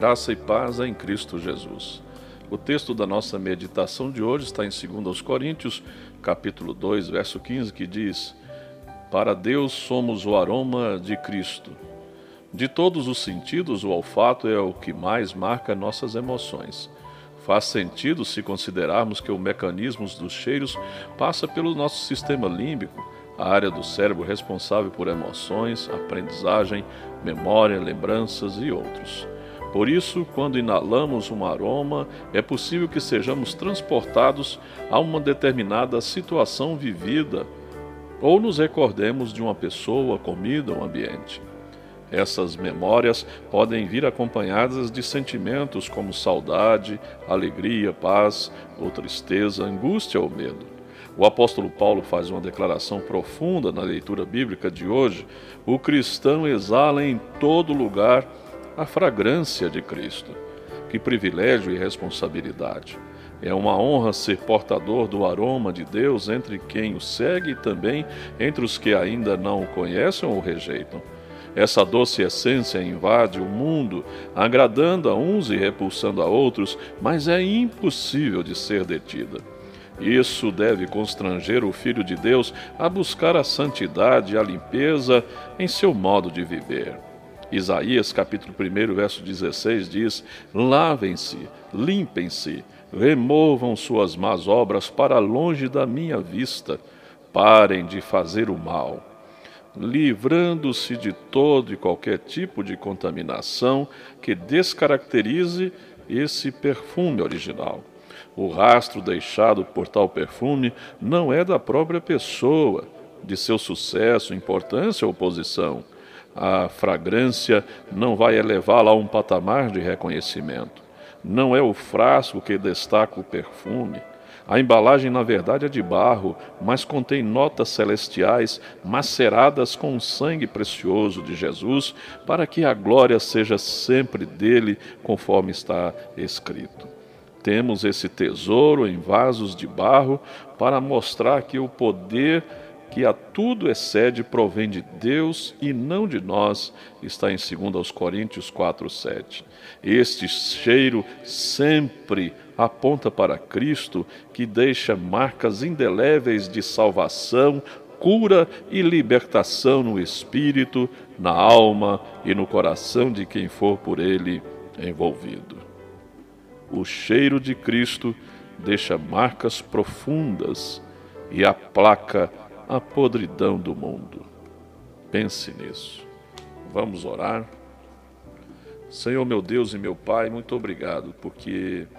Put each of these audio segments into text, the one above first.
graça e paz em Cristo Jesus. O texto da nossa meditação de hoje está em 2 Coríntios, capítulo 2, verso 15, que diz: Para Deus somos o aroma de Cristo. De todos os sentidos, o olfato é o que mais marca nossas emoções. Faz sentido se considerarmos que o mecanismo dos cheiros passa pelo nosso sistema límbico, a área do cérebro responsável por emoções, aprendizagem, memória, lembranças e outros. Por isso, quando inalamos um aroma, é possível que sejamos transportados a uma determinada situação vivida ou nos recordemos de uma pessoa, comida ou ambiente. Essas memórias podem vir acompanhadas de sentimentos como saudade, alegria, paz, ou tristeza, angústia ou medo. O apóstolo Paulo faz uma declaração profunda na leitura bíblica de hoje. O cristão exala em todo lugar a fragrância de Cristo. Que privilégio e responsabilidade! É uma honra ser portador do aroma de Deus entre quem o segue e também entre os que ainda não o conhecem ou o rejeitam. Essa doce essência invade o mundo, agradando a uns e repulsando a outros, mas é impossível de ser detida. Isso deve constranger o Filho de Deus a buscar a santidade e a limpeza em seu modo de viver. Isaías capítulo 1, verso 16 diz: Lavem-se, limpem-se, removam suas más obras para longe da minha vista, parem de fazer o mal, livrando-se de todo e qualquer tipo de contaminação que descaracterize esse perfume original. O rastro deixado por tal perfume não é da própria pessoa, de seu sucesso, importância ou posição. A fragrância não vai elevá-la a um patamar de reconhecimento. Não é o frasco que destaca o perfume. A embalagem, na verdade, é de barro, mas contém notas celestiais maceradas com o sangue precioso de Jesus, para que a glória seja sempre dele, conforme está escrito. Temos esse tesouro em vasos de barro para mostrar que o poder que a tudo excede provém de Deus e não de nós, está em 2 Coríntios 4:7. Este cheiro sempre aponta para Cristo, que deixa marcas indeléveis de salvação, cura e libertação no espírito, na alma e no coração de quem for por ele envolvido. O cheiro de Cristo deixa marcas profundas e aplaca a podridão do mundo. Pense nisso. Vamos orar. Senhor, meu Deus e meu Pai, muito obrigado, porque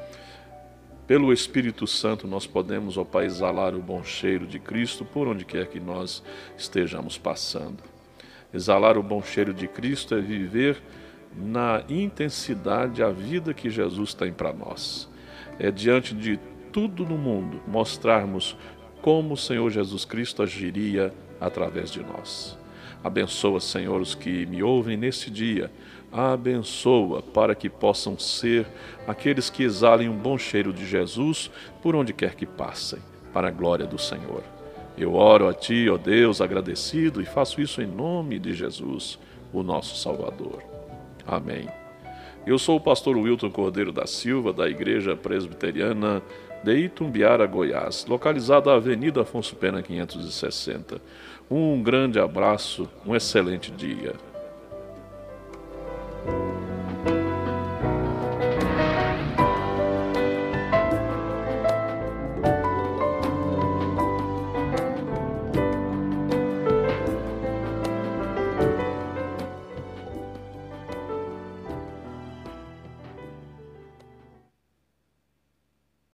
pelo Espírito Santo nós podemos, ó Pai, exalar o bom cheiro de Cristo por onde quer que nós estejamos passando. Exalar o bom cheiro de Cristo é viver na intensidade a vida que Jesus tem para nós. É diante de tudo no mundo mostrarmos como o Senhor Jesus Cristo agiria através de nós. Abençoa, Senhor, os que me ouvem nesse dia. Abençoa para que possam ser aqueles que exalem um bom cheiro de Jesus por onde quer que passem, para a glória do Senhor. Eu oro a Ti, ó Deus, agradecido, e faço isso em nome de Jesus, o nosso Salvador. Amém. Eu sou o pastor Wilton Cordeiro da Silva, da Igreja Presbiteriana de Itumbiara, Goiás, localizada na Avenida Afonso Pena 560. Um grande abraço, um excelente dia.